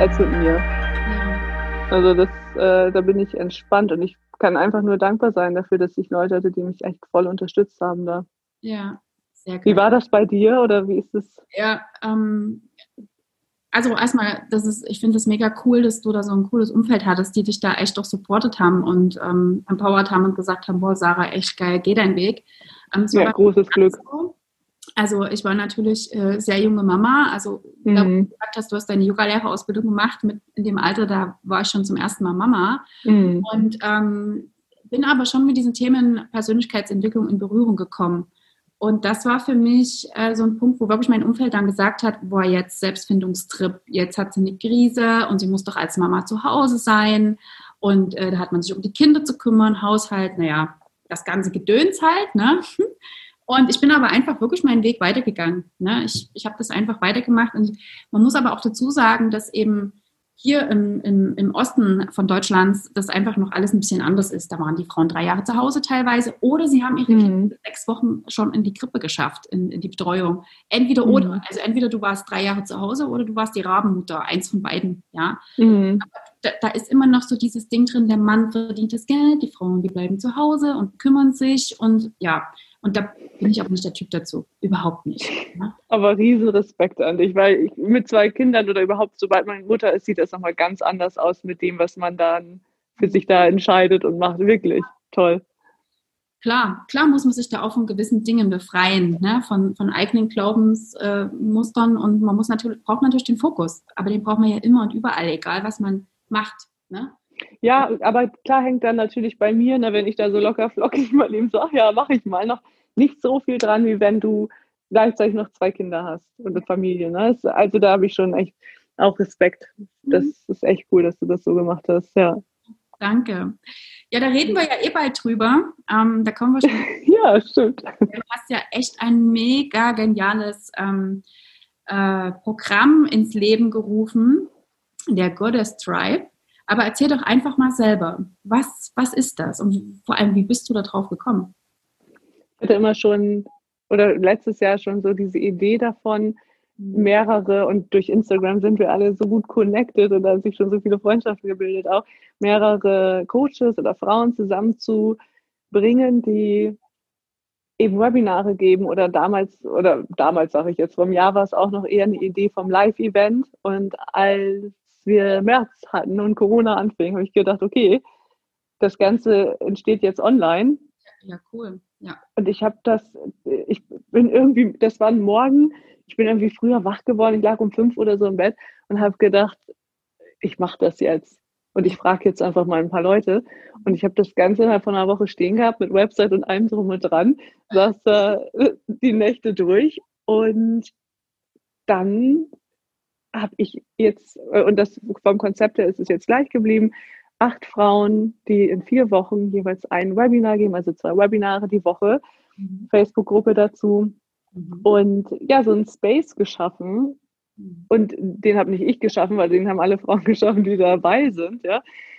als mit mir. Ja, Also da bin ich entspannt und ich kann einfach nur dankbar sein dafür, dass ich Leute hatte, die mich echt voll unterstützt haben da. ja, sehr Wie geil. war das bei dir oder wie ist es? Ja, also erstmal, ich finde es mega cool, dass du da so ein cooles Umfeld hattest, die dich da echt doch supportet haben und empowered haben und gesagt haben, boah, Sarah, echt geil, geh deinen Weg. Es war Ja, bei mir großes ganz Glück. so. Also ich war natürlich sehr junge Mama. Also da, wo du Mhm. gesagt hast, du hast deine Yoga-Lehrerausbildung gemacht, in dem Alter, da war ich schon zum ersten Mal Mama. Mhm. Und bin aber schon mit diesen Themen Persönlichkeitsentwicklung in Berührung gekommen. Und das war für mich so ein Punkt, wo wirklich mein Umfeld dann gesagt hat, boah, jetzt Selbstfindungstrip, jetzt hat sie eine Krise und sie muss doch als Mama zu Hause sein. Und da hat man sich um die Kinder zu kümmern, Haushalt, naja, das ganze Gedöns halt, ne? Und ich bin aber einfach wirklich meinen Weg weitergegangen. Ne? Ich habe das einfach weitergemacht. Und man muss aber auch dazu sagen, dass eben hier im Osten von Deutschlands das einfach noch alles ein bisschen anders ist. Da waren die Frauen 3 Jahre zu Hause teilweise oder sie haben ihre Kinder Mhm. 6 Wochen schon in die Krippe geschafft, in die Betreuung. Entweder oder. Mhm. Also entweder du warst 3 Jahre zu Hause oder du warst die Rabenmutter. Eins von beiden. Ja. Mhm. Da ist immer noch so dieses Ding drin, der Mann verdient das Geld, die Frauen, die bleiben zu Hause und kümmern sich und ja, und da bin ich auch nicht der Typ dazu. Überhaupt nicht. Ne? Aber riesen Respekt an dich, weil ich mit 2 Kindern oder überhaupt, sobald man Mutter ist, sieht das nochmal ganz anders aus mit dem, was man dann für sich da entscheidet und macht. Wirklich toll. Klar muss man sich da auch von gewissen Dingen befreien, ne? Von eigenen Glaubensmustern und braucht natürlich den Fokus. Aber den braucht man ja immer und überall, egal was man macht. Ne? Ja, aber klar hängt dann natürlich bei mir, ne, wenn ich da so locker flockig mal eben so, ach ja, mache ich mal noch, nicht so viel dran, wie wenn du gleichzeitig noch 2 Kinder hast und eine Familie. Ne? Also da habe ich schon echt auch Respekt. Das Mhm. ist echt cool, dass du das so gemacht hast. Ja, Danke. Ja, da reden wir ja eh bald drüber. Da kommen wir schon. ja, stimmt. Du hast ja echt ein mega geniales Programm ins Leben gerufen, der Goddess Tribe. Aber erzähl doch einfach mal selber, was ist das und vor allem, wie bist du da drauf gekommen? Ich hatte immer schon, oder letztes Jahr schon so diese Idee davon, mehrere, und durch Instagram sind wir alle so gut connected und da haben sich schon so viele Freundschaften gebildet, auch mehrere Coaches oder Frauen zusammenzubringen, die eben Webinare geben oder damals sage ich jetzt, vom Jahr war es auch noch eher eine Idee vom Live-Event. Und als wir März hatten und Corona anfing, habe ich gedacht, okay, das Ganze entsteht jetzt online. Ja, cool. Ja. Und ich bin irgendwie, das war ein Morgen, ich bin irgendwie früher wach geworden, ich lag um 5 oder so im Bett und habe gedacht, ich mache das jetzt. Und ich frage jetzt einfach mal ein paar Leute. Und ich habe das Ganze innerhalb von einer Woche stehen gehabt mit Website und allem drum und dran, saß da die Nächte durch. Und dann habe ich jetzt, und das vom Konzept her ist es jetzt gleich geblieben, 8 Frauen, die in 4 Wochen jeweils ein Webinar geben, also 2 Webinare die Woche, Mhm. Facebook-Gruppe dazu. Mhm. Und ja, so ein Space geschaffen. Mhm. Und den habe nicht ich geschaffen, weil den haben alle Frauen geschaffen, die dabei sind, ja,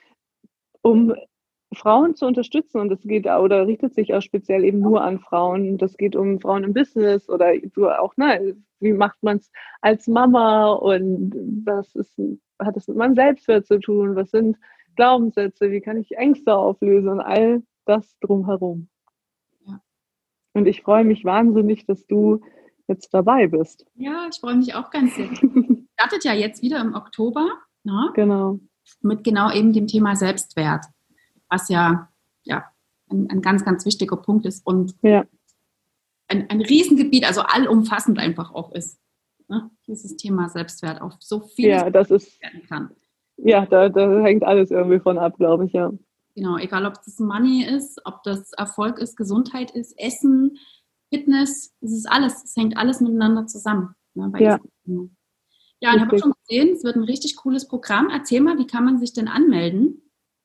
um Frauen zu unterstützen. Und das geht oder richtet sich auch speziell eben nur an Frauen. Das geht um Frauen im Business oder du auch, ne, wie macht man es als Mama und hat es mit meinem Selbstwert zu tun? Was sind Glaubenssätze? Wie kann ich Ängste auflösen und all das drumherum? Ja. Und ich freue mich wahnsinnig, dass du jetzt dabei bist. Ja, ich freue mich auch ganz sehr. Startet ja jetzt wieder im Oktober, ne? Genau. Mit genau eben dem Thema Selbstwert, was ja ein ganz, ganz wichtiger Punkt ist und Ja. ein Riesengebiet, also allumfassend einfach auch ist. Ne? Dieses Thema Selbstwert auf so vieles Ja, das ist, werden kann. ja, da hängt alles irgendwie von ab, glaube ich, ja. Genau, egal ob das Money ist, ob das Erfolg ist, Gesundheit ist, Essen, Fitness, es ist alles, es hängt alles miteinander zusammen. Ne, bei Ja, diesem Thema. Ja, und ich habe auch richtig. schon gesehen, es wird ein richtig cooles Programm. Erzähl mal, wie kann man sich denn anmelden?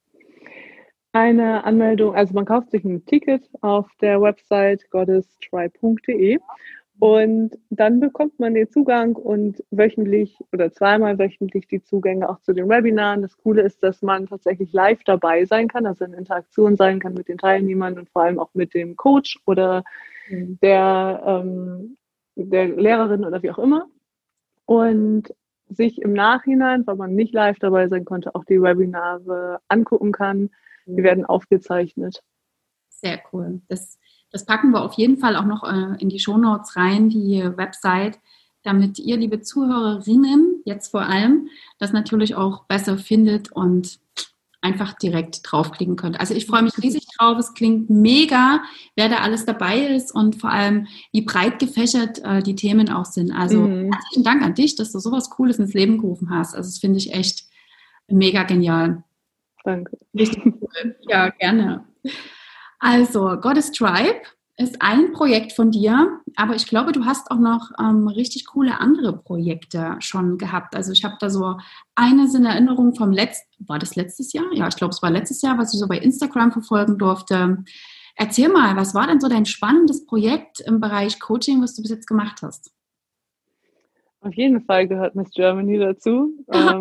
Eine Anmeldung, also man kauft sich ein Ticket auf der Website goddesstry.de und dann bekommt man den Zugang und wöchentlich oder zweimal wöchentlich die Zugänge auch zu den Webinaren. Das Coole ist, dass man tatsächlich live dabei sein kann, also in Interaktion sein kann mit den Teilnehmern und vor allem auch mit dem Coach oder der Lehrerin oder wie auch immer. Und sich im Nachhinein, weil man nicht live dabei sein konnte, auch die Webinare angucken kann. Die werden aufgezeichnet. Sehr cool. Das packen wir auf jeden Fall auch noch in die Shownotes rein, die Website, damit ihr, liebe Zuhörerinnen, jetzt vor allem, das natürlich auch besser findet und einfach direkt draufklicken könnt. Also ich freue mich riesig drauf. Es klingt mega, wer da alles dabei ist und vor allem, wie breit gefächert die Themen auch sind. Also herzlichen Dank an dich, dass du sowas Cooles ins Leben gerufen hast. Also das finde ich echt mega genial. Danke. Richtig cool. Ja, gerne. Also, Goddess Tribe ist ein Projekt von dir, aber ich glaube, du hast auch noch richtig coole andere Projekte schon gehabt. Also ich habe da so eines in Erinnerung war das letztes Jahr? Ja, ich glaube, es war letztes Jahr, was ich so bei Instagram verfolgen durfte. Erzähl mal, was war denn so dein spannendes Projekt im Bereich Coaching, was du bis jetzt gemacht hast? Auf jeden Fall gehört Miss Germany dazu.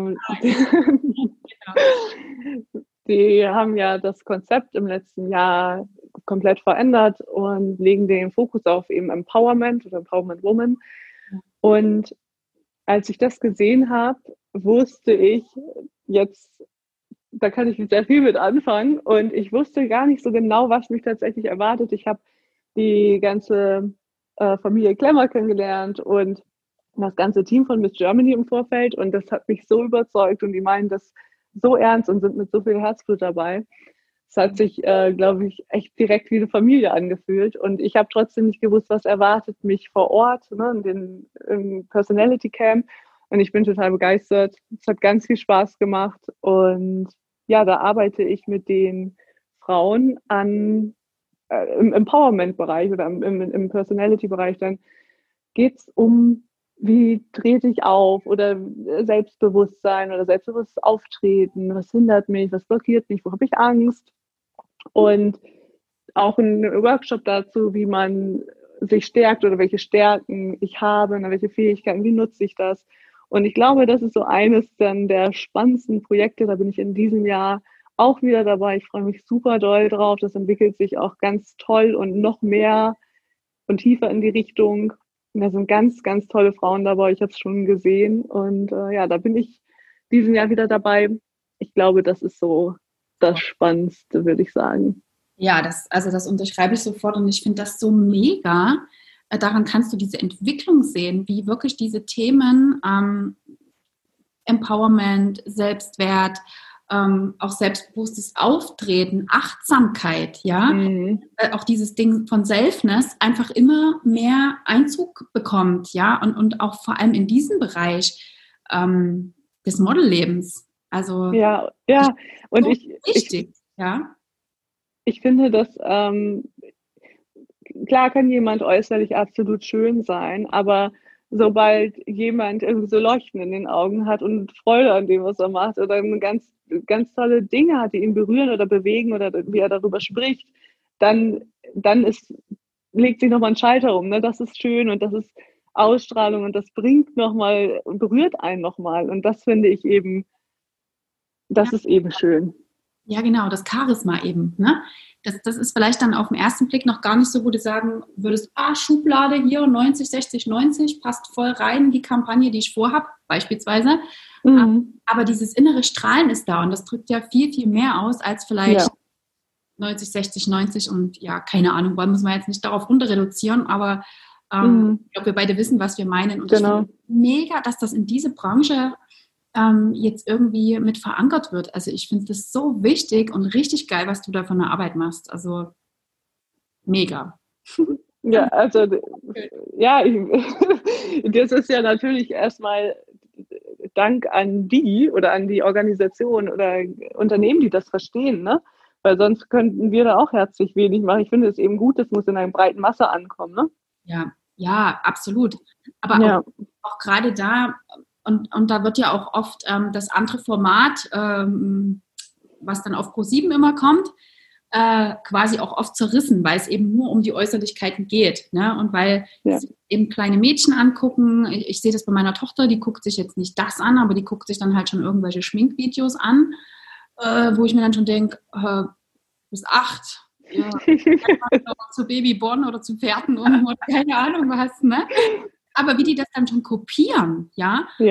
Die haben ja das Konzept im letzten Jahr komplett verändert und legen den Fokus auf eben Empowerment oder Empowerment Woman. Und als ich das gesehen habe, wusste ich, jetzt, da kann ich sehr viel mit anfangen. Und ich wusste gar nicht so genau, was mich tatsächlich erwartet. Ich habe die ganze Familie Klemmer kennengelernt und das ganze Team von Miss Germany im Vorfeld. Und das hat mich so überzeugt und die meinen das so ernst und sind mit so viel Herzblut dabei. Es hat sich, glaube ich, echt direkt wie eine Familie angefühlt. Und ich habe trotzdem nicht gewusst, was erwartet mich vor Ort, ne, im Personality Camp. Und ich bin total begeistert. Es hat ganz viel Spaß gemacht. Und ja, da arbeite ich mit den Frauen im Empowerment-Bereich oder im Personality-Bereich. Dann geht es um, wie trete ich auf oder Selbstbewusstsein oder selbstbewusstes Auftreten, was hindert mich, was blockiert mich, wo habe ich Angst, und auch ein Workshop dazu, wie man sich stärkt oder welche Stärken ich habe, welche Fähigkeiten, wie nutze ich das. Und ich glaube, das ist so eines dann der spannendsten Projekte, da bin ich in diesem Jahr auch wieder dabei. Ich freue mich super doll drauf, das entwickelt sich auch ganz toll und noch mehr und tiefer in die Richtung. Und da sind ganz, ganz tolle Frauen dabei. Ich habe es schon gesehen. Und ja, da bin ich diesen Jahr wieder dabei. Ich glaube, das ist so das Spannendste, würde ich sagen. Ja, das unterschreibe ich sofort und ich finde das so mega. Daran kannst du diese Entwicklung sehen, wie wirklich diese Themen Empowerment, Selbstwert, auch selbstbewusstes Auftreten, Achtsamkeit, ja, auch dieses Ding von Selfness einfach immer mehr Einzug bekommt, ja, und auch vor allem in diesem Bereich des Modellebens. Also ja, und so wichtig, ja. Ich finde, dass klar kann jemand äußerlich absolut schön sein, aber sobald jemand irgendwie so Leuchten in den Augen hat und Freude an dem, was er macht, oder eine ganz, ganz tolle Dinge hat, die ihn berühren oder bewegen oder wie er darüber spricht, dann legt sich nochmal ein Schalter um. Ne? Das ist schön und das ist Ausstrahlung und das bringt nochmal und berührt einen nochmal. Und das finde ich eben, das ist eben schön. Ja, genau, das Charisma eben. Ne? Das ist vielleicht dann auf den ersten Blick noch gar nicht so, wo du sagen würdest, Schublade hier 90, 60, 90, passt voll rein in die Kampagne, die ich vorhabe, beispielsweise. Aber dieses innere Strahlen ist da und das drückt ja viel, viel mehr aus als vielleicht 90, 60, 90 und ja, keine Ahnung, wollen müssen wir jetzt nicht darauf runter reduzieren, aber ich glaube, wir beide wissen, was wir meinen. Und ich finde mega, dass das in diese Branche jetzt irgendwie mit verankert wird. Also ich finde das so wichtig und richtig geil, was du da von der Arbeit machst. Also mega. Ja, also ja, das ist ja natürlich erstmal Dank an die oder an die Organisation oder Unternehmen, die das verstehen, ne? Weil sonst könnten wir da auch herzlich wenig machen. Ich finde es eben gut, das muss in einer breiten Masse ankommen, ne? Ja, absolut. Aber auch gerade da, und da wird ja auch oft das andere Format, was dann auf Pro7 immer kommt, quasi auch oft zerrissen, weil es eben nur um die Äußerlichkeiten geht. Ne? Und weil sie eben kleine Mädchen angucken, ich sehe das bei meiner Tochter, die guckt sich jetzt nicht das an, aber die guckt sich dann halt schon irgendwelche Schminkvideos an, wo ich mir dann schon denke, du bist 8, ja, zu Babyborn oder zu Pferden oder keine Ahnung was, ne? Aber wie die das dann schon kopieren, ja?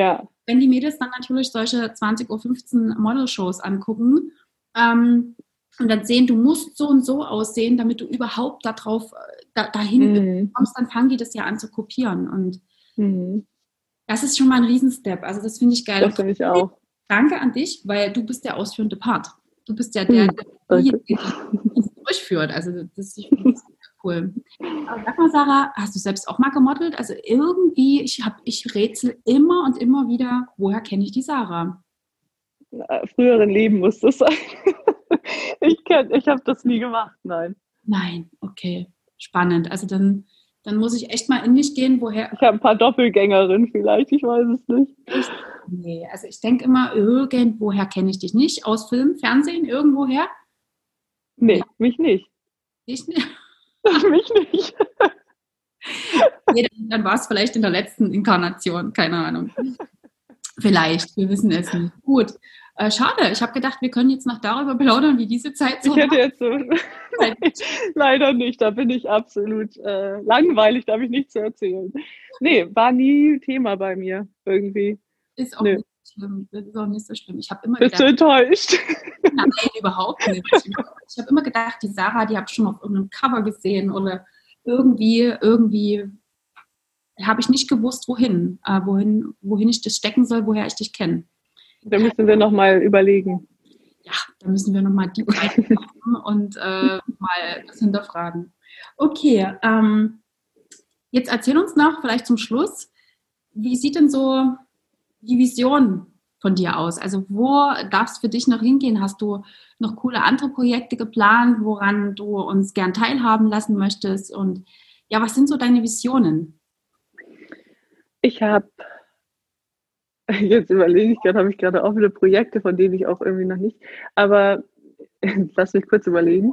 wenn die Mädels dann natürlich solche 20:15 Uhr Model-Shows angucken, und dann sehen, du musst so und so aussehen, damit du überhaupt dahin kommst, dann fangen die das ja an zu kopieren. Und das ist schon mal ein Riesenstep. Also das finde ich geil. Das finde ich auch. Danke an dich, weil du bist der ausführende Part. Du bist ja der das durchführt. Also das ist cool. Aber sag mal, Sarah, hast du selbst auch mal gemodelt? Also irgendwie, ich rätsel immer und immer wieder, woher kenne ich die Sarah? Früheren Leben muss das sein. Ich habe das nie gemacht, nein. Nein, okay. Spannend. Also dann muss ich echt mal in mich gehen, woher. Ich habe ein paar Doppelgängerinnen vielleicht, ich weiß es nicht. Echt? Nee, also ich denke immer, irgendwoher kenne ich dich nicht. Aus Film, Fernsehen, irgendwoher? Nee, mich nicht. Ich nicht. Mich nicht. Nee, dann war es vielleicht in der letzten Inkarnation, keine Ahnung. Vielleicht, wir wissen es nicht. Gut, schade. Ich habe gedacht, wir können jetzt noch darüber plaudern, wie diese Zeit so Ich hätte jetzt so leider nicht, da bin ich absolut langweilig, da habe ich nichts zu erzählen. Nee, war nie Thema bei mir irgendwie. Ist auch nicht so schlimm. Das ist auch nicht so schlimm. Ich habe immer Bist du enttäuscht? Nein, überhaupt nicht. Ich habe immer gedacht, die Sarah, die habe ich schon auf irgendeinem Cover gesehen oder irgendwie habe ich nicht gewusst, wohin ich das stecken soll, woher ich dich kenne. Da müssen wir nochmal überlegen. Ja, da müssen wir nochmal die reinkommen und mal das hinterfragen. Okay, jetzt erzähl uns noch vielleicht zum Schluss, wie sieht denn so die Vision von dir aus? Also wo darf es für dich noch hingehen? Hast du noch coole andere Projekte geplant, woran du uns gern teilhaben lassen möchtest? Und ja, was sind so deine Visionen? Ich habe, jetzt überlege ich gerade, habe ich gerade auch wieder Projekte, von denen ich auch irgendwie noch nicht, aber lass mich kurz überlegen.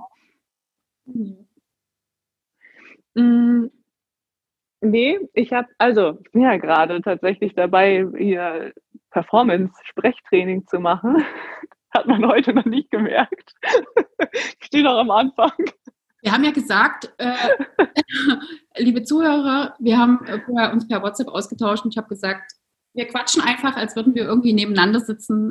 Nee, ich bin ja gerade tatsächlich dabei, hier Performance-Sprechtraining zu machen. Hat man heute noch nicht gemerkt. Ich stehe noch am Anfang. Wir haben ja gesagt, liebe Zuhörer, wir haben vorher uns per WhatsApp ausgetauscht und ich habe gesagt, wir quatschen einfach, als würden wir irgendwie nebeneinander sitzen.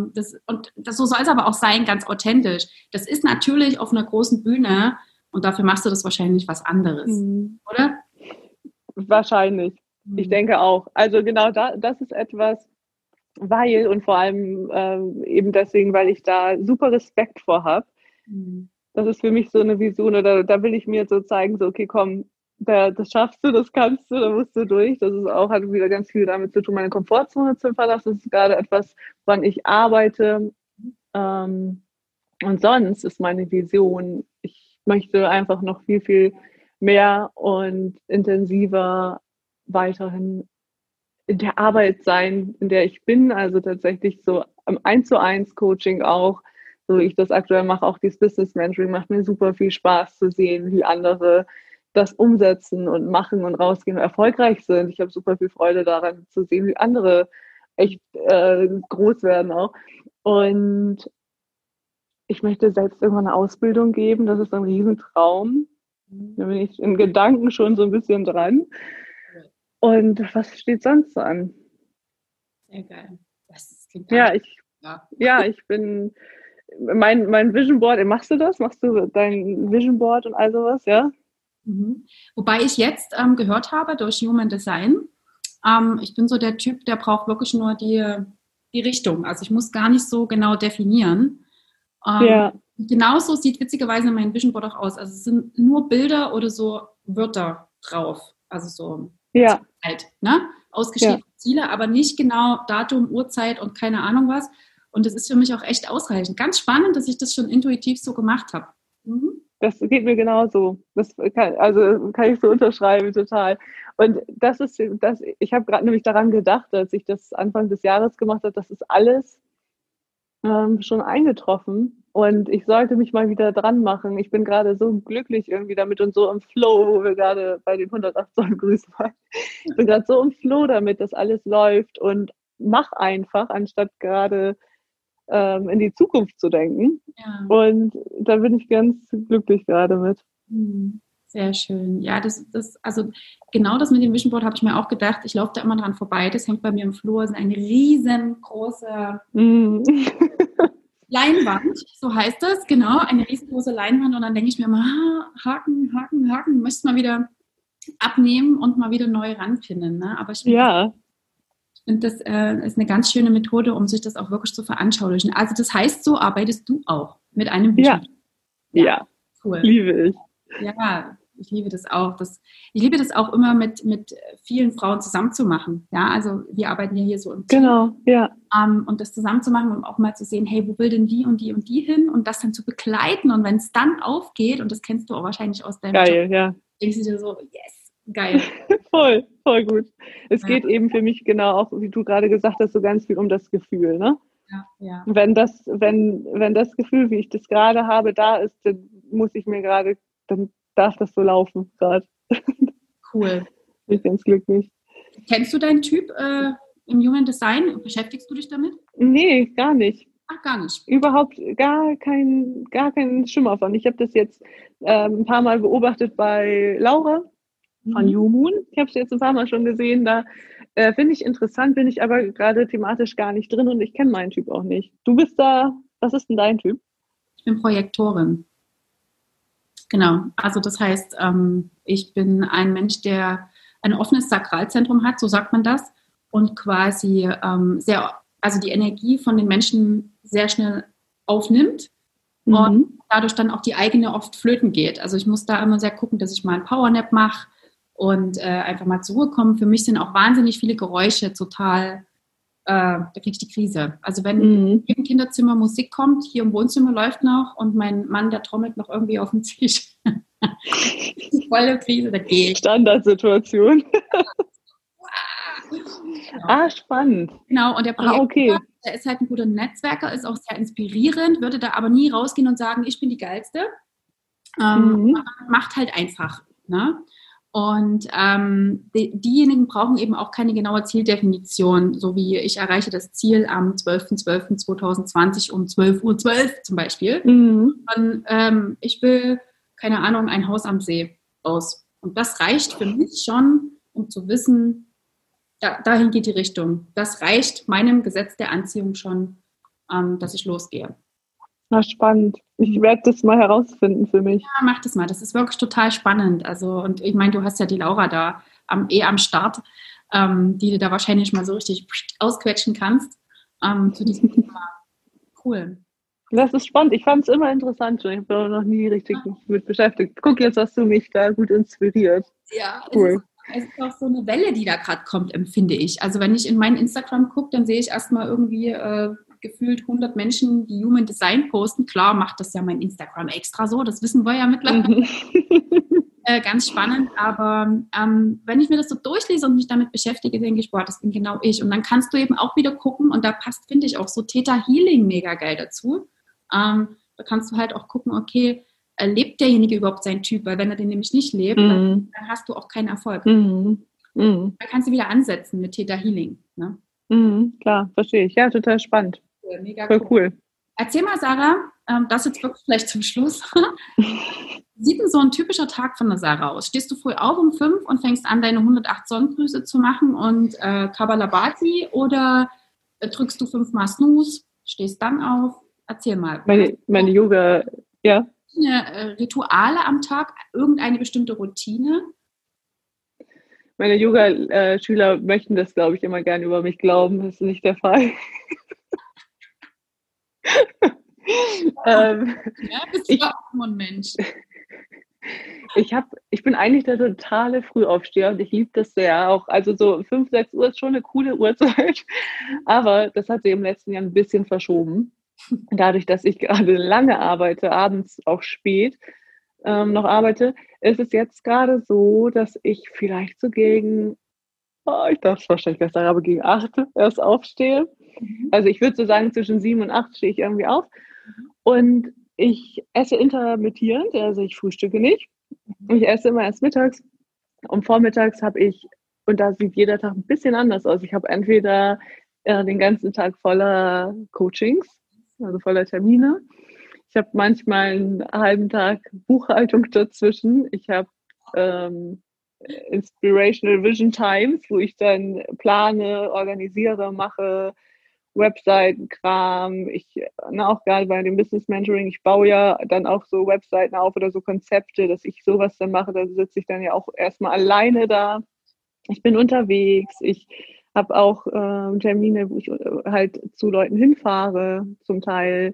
So soll es aber auch sein, ganz authentisch. Das ist natürlich auf einer großen Bühne und dafür machst du das wahrscheinlich was anderes, oder? Wahrscheinlich. Ich denke auch. Also genau das ist etwas, und vor allem eben deswegen, weil ich da super Respekt vor habe. Das ist für mich so eine Vision, oder da will ich mir so zeigen, so okay, komm, das schaffst du, das kannst du, da musst du durch. Das ist auch, hat wieder ganz viel damit zu tun, meine Komfortzone zu verlassen. Das ist gerade etwas, woran ich arbeite. Und sonst ist meine Vision, ich möchte einfach noch viel, viel mehr und intensiver weiterhin in der Arbeit sein, in der ich bin. Also tatsächlich so im 1:1 Coaching auch, so wie ich das aktuell mache, auch dieses Business Mentoring macht mir super viel Spaß zu sehen, wie andere das umsetzen und machen und rausgehen und erfolgreich sind. Ich habe super viel Freude daran zu sehen, wie andere echt groß werden auch. Und ich möchte selbst irgendwann eine Ausbildung geben. Das ist ein Riesentraum. Da bin ich in Gedanken schon so ein bisschen dran. Und was steht sonst so an? Sehr geil. Das klingt ich bin mein Vision Board. Machst du das? Machst du dein Vision Board und all sowas, ja? Wobei ich jetzt gehört habe durch Human Design, ich bin so der Typ, der braucht wirklich nur die Richtung. Also ich muss gar nicht so genau definieren. Genauso sieht witzigerweise mein Vision Board auch aus. Also es sind nur Bilder oder so Wörter drauf. Also so Zeit, ne? Ausgeschriebene Ziele, aber nicht genau Datum, Uhrzeit und keine Ahnung was. Und das ist für mich auch echt ausreichend. Ganz spannend, dass ich das schon intuitiv so gemacht habe. Das geht mir genauso. Kann ich so unterschreiben, total. Und ich habe gerade nämlich daran gedacht, als ich das Anfang des Jahres gemacht habe, das ist alles schon eingetroffen. Und ich sollte mich mal wieder dran machen. Ich bin gerade so glücklich irgendwie damit und so im Flow, wo wir gerade bei den 108 Zoll Grüßen waren. Ich bin gerade so im Flow damit, dass alles läuft und mach einfach, anstatt gerade in die Zukunft zu denken. Ja. Und da bin ich ganz glücklich gerade mit. Sehr schön. Ja, also genau das mit dem Vision Board habe ich mir auch gedacht. Ich laufe da immer dran vorbei. Das hängt bei mir im Flur. Das ist eine riesengroße Mm. Leinwand, so heißt das, genau, eine riesengroße Leinwand. Und dann denke ich mir immer, Haken, Haken, Haken, müsste mal wieder abnehmen und mal wieder neu ranpinnen. Ne? Aber ich finde, Ja, das ist eine ganz schöne Methode, um sich das auch wirklich zu veranschaulichen. Also das heißt, so arbeitest du auch mit einem ja, Vision Board. Ja, ja, cool. liebe ich. Ja, ich liebe das auch. Ich liebe das auch immer mit vielen Frauen zusammen zu machen. Ja, also wir arbeiten ja hier so im Team. Genau, ja. Und das zusammen zu machen und auch mal zu sehen, hey, wo will denn die und die und die hin und das dann zu begleiten und wenn es dann aufgeht, und das kennst du auch wahrscheinlich aus deinem Job, Geil, ja. denkst du dir so, yes, geil. Voll, voll gut. Es Ja, geht eben für mich genau auch, wie du gerade gesagt hast, so ganz viel um das Gefühl, ne? ja, ja. Wenn das Gefühl, wie ich das gerade habe, da ist, dann muss ich mir gerade, dann darf das so laufen gerade. Cool. Bin ich ganz glücklich. Kennst du deinen Typ im Human Design? Beschäftigst du dich damit? Nee, gar nicht. Ach, gar nicht. Überhaupt gar keinen Schimmer von. Ich habe das jetzt ein paar Mal beobachtet bei Laura von Mhm. YouMoon. Ich habe es jetzt ein paar Mal schon gesehen. Da finde ich interessant, bin ich aber gerade thematisch gar nicht drin und ich kenne meinen Typ auch nicht. Du bist da, was ist denn dein Typ? Ich bin Projektorin. Genau. Also das heißt, ich bin ein Mensch, der ein offenes Sakralzentrum hat, so sagt man das, und quasi also die Energie von den Menschen sehr schnell aufnimmt und Mhm. dadurch dann auch die eigene oft flöten geht. Also ich muss da immer sehr gucken, dass ich mal einen Powernap mache und einfach mal zur Ruhe komme. Für mich sind auch wahnsinnig viele Geräusche total, da kriege ich die Krise. Also wenn Mhm. im Kinderzimmer Musik kommt, hier im Wohnzimmer läuft noch und mein Mann, der trommelt noch irgendwie auf dem Tisch. Die volle Krise, da gehe ich. Standardsituation. Genau. Ah, spannend. Genau, und der Ah, Projektor, okay. der ist halt ein guter Netzwerker, ist auch sehr inspirierend, würde da aber nie rausgehen und sagen, ich bin die Geilste. Mhm. Macht halt einfach. Ne? Und diejenigen brauchen eben auch keine genaue Zieldefinition, so wie ich erreiche das Ziel am 12.12.2020 um 12:12 Uhr zum Beispiel. Mhm. Und, ich will, keine Ahnung, ein Haus am See aus. Und das reicht für mich schon, um zu wissen, dahin geht die Richtung. Das reicht meinem Gesetz der Anziehung schon, dass ich losgehe. Na, spannend. Ich werde das mal herausfinden für mich. Ja, mach das mal. Das ist wirklich total spannend. Also, und ich meine, du hast ja die Laura da am Start, die du da wahrscheinlich mal so richtig ausquetschen kannst zu diesem Thema. Cool. Das ist spannend. Ich fand es immer interessant. Ich habe da noch nie richtig mit beschäftigt. Guck, jetzt hast du mich da gut inspiriert. Ja, Cool. es ist auch so eine Welle, die da gerade kommt, empfinde ich. Also wenn ich in mein Instagram gucke, dann sehe ich erstmal irgendwie gefühlt 100 Menschen, die Human Design posten. Klar macht das ja mein Instagram extra so, das wissen wir ja mittlerweile. Mhm. Ganz spannend, aber wenn ich mir das so durchlese und mich damit beschäftige, denke ich, boah, das bin genau ich. Und dann kannst du eben auch wieder gucken und da passt, finde ich, auch so Theta Healing mega geil dazu. Da kannst du halt auch gucken, okay, lebt derjenige überhaupt seinen Typ? Weil wenn er den nämlich nicht lebt, Mhm. dann hast du auch keinen Erfolg. Mhm. Mhm. Da kannst du wieder ansetzen mit Theta Healing. Ne? Mhm. Klar, verstehe ich. Ja, total spannend. Cool, mega Voll cool. cool. Erzähl mal, Sarah, das jetzt wirklich vielleicht zum Schluss. Wie sieht denn so ein typischer Tag von der Sarah aus? Stehst du früh auf um 5 und fängst an, deine 108 Sonnengrüße zu machen und Kabbalabhati oder drückst du 5-mal Snooze, stehst dann auf? Erzähl mal. Meine Yoga, ja. Rituale am Tag, irgendeine bestimmte Routine? Meine Yoga-Schüler möchten das, glaube ich, immer gerne über mich glauben. Das ist nicht der Fall. Ja, bist ich, du auch nur ein Mensch. ich bin eigentlich der totale Frühaufsteher und ich liebe das sehr. Auch, also so 5, 6 Uhr ist schon eine coole Uhrzeit. Aber das hat sich im letzten Jahr ein bisschen verschoben. Dadurch, dass ich gerade lange arbeite, abends auch spät noch arbeite, ist es jetzt gerade so, dass ich vielleicht so gegen, ich darf es wahrscheinlich gleich sagen, aber gegen 8 erst aufstehe. Mhm. Also ich würde so sagen, zwischen 7 und 8 stehe ich irgendwie auf. Und ich esse intermittierend, also ich frühstücke nicht. Ich esse immer erst mittags. Und vormittags habe ich, und da sieht jeder Tag ein bisschen anders aus. Ich habe entweder den ganzen Tag voller Coachings, also voller Termine. Ich habe manchmal einen halben Tag Buchhaltung dazwischen. Ich habe Inspirational Vision Times, wo ich dann plane, organisiere, mache, Webseitenkram. Auch gerade bei dem Business Mentoring, ich baue ja dann auch so Webseiten auf oder so Konzepte, dass ich sowas dann mache. Da sitze ich dann ja auch erstmal alleine da. Ich bin unterwegs. Ich habe auch Termine, wo ich halt zu Leuten hinfahre, zum Teil.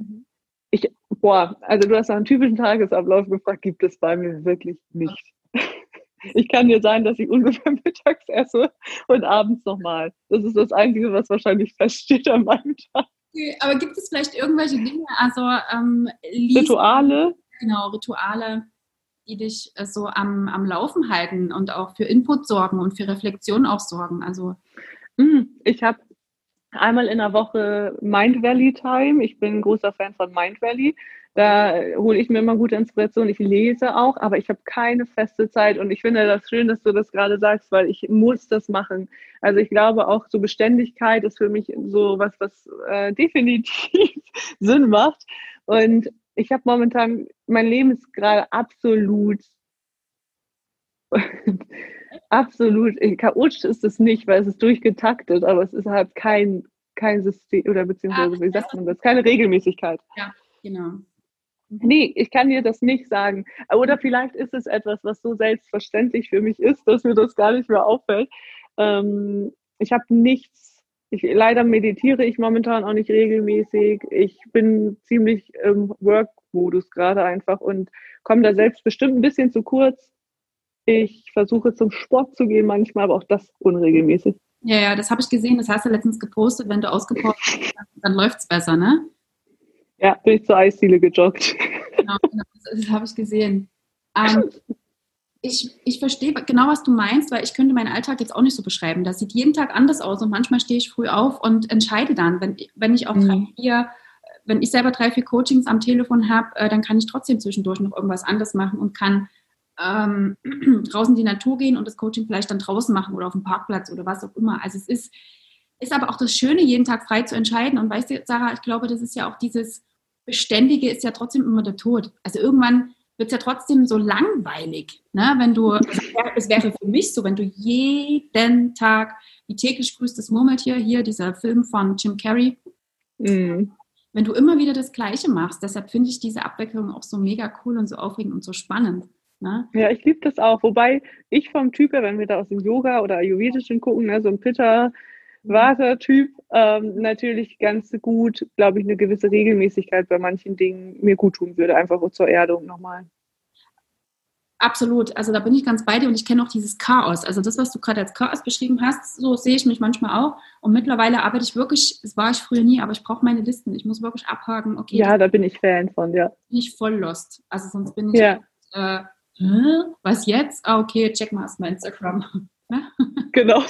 Also du hast nach einem typischen Tagesablauf gefragt, gibt es bei mir wirklich nicht. Ich kann dir sagen, dass ich ungefähr mittags esse und abends nochmal. Das ist das Einzige, was wahrscheinlich feststeht an meinem Tag. Okay, aber gibt es vielleicht irgendwelche Dinge, also Rituale? Genau, Rituale, die dich so am Laufen halten und auch für Input sorgen und für Reflexion auch sorgen. Also ich habe einmal in der Woche Mind Valley Time. Ich bin ein großer Fan von Mind Valley. Da hole ich mir immer gute Inspiration. Ich lese auch, aber ich habe keine feste Zeit. Und ich finde das schön, dass du das gerade sagst, weil ich muss das machen. Also ich glaube auch, so Beständigkeit ist für mich so was definitiv Sinn macht. Und ich habe momentan, mein Leben ist gerade absolut chaotisch ist es nicht, weil es ist durchgetaktet, aber es ist halt kein System oder beziehungsweise, wie sagt man das, keine Regelmäßigkeit. Ja, genau. Nee, ich kann dir das nicht sagen. Oder vielleicht ist es etwas, was so selbstverständlich für mich ist, dass mir das gar nicht mehr auffällt. Ich habe nichts, leider meditiere ich momentan auch nicht regelmäßig. Ich bin ziemlich im Work-Modus gerade einfach und komme da selbst bestimmt ein bisschen zu kurz. Ich versuche zum Sport zu gehen manchmal, aber auch das unregelmäßig. Ja, das habe ich gesehen, das hast du letztens gepostet, wenn du ausgepostet hast, dann läuft es besser, ne? Ja, bin ich zur Eisdiele gejoggt. Genau, das habe ich gesehen. Ich verstehe genau, was du meinst, weil ich könnte meinen Alltag jetzt auch nicht so beschreiben. Das sieht jeden Tag anders aus und manchmal stehe ich früh auf und entscheide dann, wenn ich auch wenn ich selber 3, 4 Coachings am Telefon habe, dann kann ich trotzdem zwischendurch noch irgendwas anderes machen und kann draußen in die Natur gehen und das Coaching vielleicht dann draußen machen oder auf dem Parkplatz oder was auch immer. Also es ist aber auch das Schöne, jeden Tag frei zu entscheiden. Und weißt du, Sarah, ich glaube, das ist ja auch dieses Beständige ist ja trotzdem immer der Tod. Also irgendwann wird es ja trotzdem so langweilig, ne? Wenn du, es wäre für mich so, wenn du jeden Tag, wie täglich grüßt das Murmeltier, hier dieser Film von Jim Carrey, wenn du immer wieder das Gleiche machst. Deshalb finde ich diese Abwechslung auch so mega cool und so aufregend und so spannend. Ne? Ja, ich liebe das auch. Wobei ich vom Typ her, wenn wir da aus dem Yoga oder Ayurvedischen gucken, ne, so ein Pitta-Vata-Typ, natürlich ganz gut, glaube ich, eine gewisse Regelmäßigkeit bei manchen Dingen mir gut tun würde, einfach zur Erdung nochmal. Absolut, also da bin ich ganz bei dir und ich kenne auch dieses Chaos. Also das, was du gerade als Chaos beschrieben hast, so sehe ich mich manchmal auch. Und mittlerweile arbeite ich wirklich, das war ich früher nie, aber ich brauche meine Listen. Ich muss wirklich abhaken, okay. Ja, da bin ich Fan von, ja. Bin ich voll lost. Also sonst bin ich, was jetzt? Ah, okay, check mal erstmal Instagram. Genau.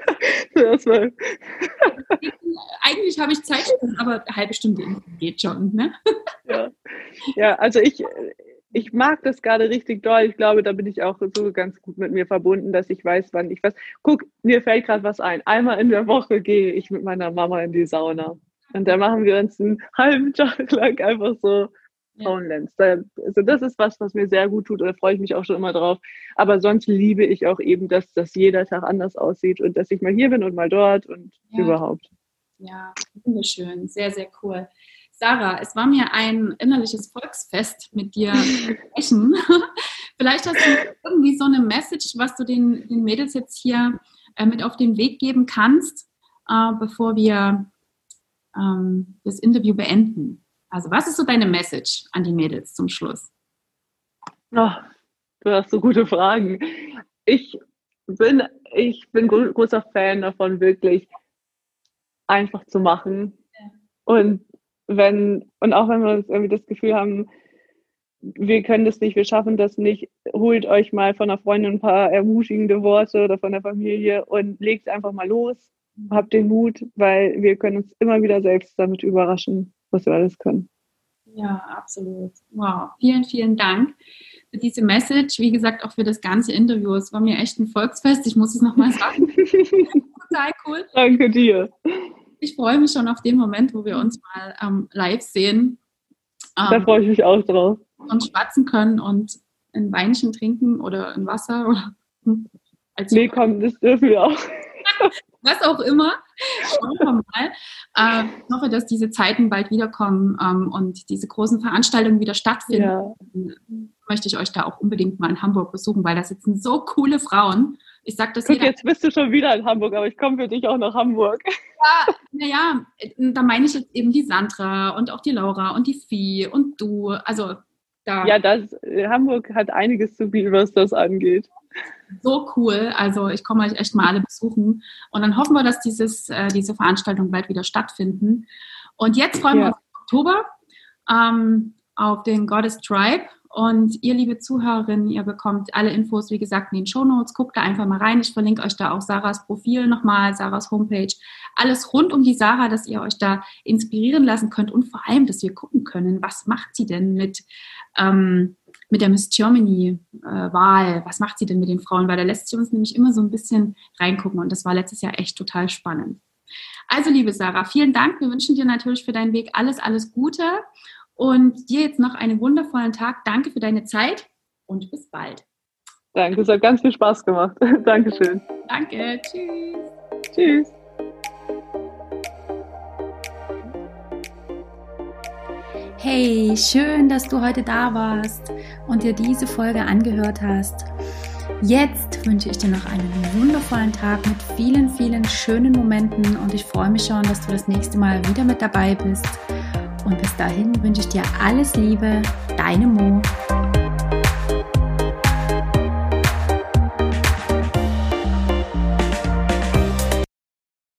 Eigentlich habe ich Zeit, aber eine halbe Stunde geht schon. Ne? Ja, also ich mag das gerade richtig doll. Ich glaube, da bin ich auch so ganz gut mit mir verbunden, dass ich weiß, wann ich was. Guck, mir fällt gerade was ein. Einmal in der Woche gehe ich mit meiner Mama in die Sauna. Und da machen wir uns einen halben Tag lang einfach so Phonelands. Also das ist was mir sehr gut tut, und da freue ich mich auch schon immer drauf. Aber sonst liebe ich auch eben, dass jeder Tag anders aussieht und dass ich mal hier bin und mal dort und überhaupt. Ja, wunderschön. Sehr, sehr cool. Sarah, es war mir ein innerliches Volksfest mit dir zu sprechen. Vielleicht hast du irgendwie so eine Message, was du den Mädels jetzt hier mit auf den Weg geben kannst, bevor wir das Interview beenden. Also was ist so deine Message an die Mädels zum Schluss? Oh, du hast so gute Fragen. Ich bin großer Fan davon, wirklich einfach zu machen. Und auch wenn wir uns irgendwie das Gefühl haben, wir können das nicht, wir schaffen das nicht, holt euch mal von einer Freundin ein paar ermutigende Worte oder von der Familie und legt einfach mal los. Habt den Mut, weil wir können uns immer wieder selbst damit überraschen, was wir alles können. Ja, absolut. Wow. Vielen, vielen Dank für diese Message. Wie gesagt, auch für das ganze Interview. Es war mir echt ein Volksfest. Ich muss es nochmal sagen. Total cool. Danke dir. Ich freue mich schon auf den Moment, wo wir uns mal live sehen. Da freue ich mich auch drauf. Und schwatzen können. Und ein Weinchen trinken oder ein Wasser? Oder, nee, komm, das dürfen wir auch. Was auch immer. Schauen wir mal. Ich hoffe, dass diese Zeiten bald wiederkommen und diese großen Veranstaltungen wieder stattfinden. Ja. Möchte ich euch da auch unbedingt mal in Hamburg besuchen, weil da sitzen so coole Frauen. Ich sag das jetzt bist du schon wieder in Hamburg, aber ich komme für dich auch nach Hamburg. Ja, naja, da meine ich jetzt eben die Sandra und auch die Laura und die Vieh und du. Also da. Ja, Hamburg hat einiges zu bieten, was das angeht. So cool. Also ich komme euch echt mal alle besuchen. Und dann hoffen wir, dass diese Veranstaltungen bald wieder stattfinden. Und jetzt freuen wir uns im Oktober auf den Goddess Tribe. Und ihr, liebe Zuhörerinnen, ihr bekommt alle Infos, wie gesagt, in den Shownotes. Guckt da einfach mal rein. Ich verlinke euch da auch Sarahs Profil nochmal, Sarahs Homepage. Alles rund um die Sarah, dass ihr euch da inspirieren lassen könnt. Und vor allem, dass wir gucken können, was macht sie denn mit der Miss Germany-Wahl? Was macht sie denn mit den Frauen? Weil da lässt sie uns nämlich immer so ein bisschen reingucken. Und das war letztes Jahr echt total spannend. Also, liebe Sarah, vielen Dank. Wir wünschen dir natürlich für deinen Weg alles, alles Gute. Und dir jetzt noch einen wundervollen Tag. Danke für deine Zeit und bis bald. Danke, es hat ganz viel Spaß gemacht. Dankeschön. Danke, tschüss. Tschüss. Hey, schön, dass du heute da warst und dir diese Folge angehört hast. Jetzt wünsche ich dir noch einen wundervollen Tag mit vielen, vielen schönen Momenten und ich freue mich schon, dass du das nächste Mal wieder mit dabei bist. Und bis dahin wünsche ich dir alles Liebe, deine Mo.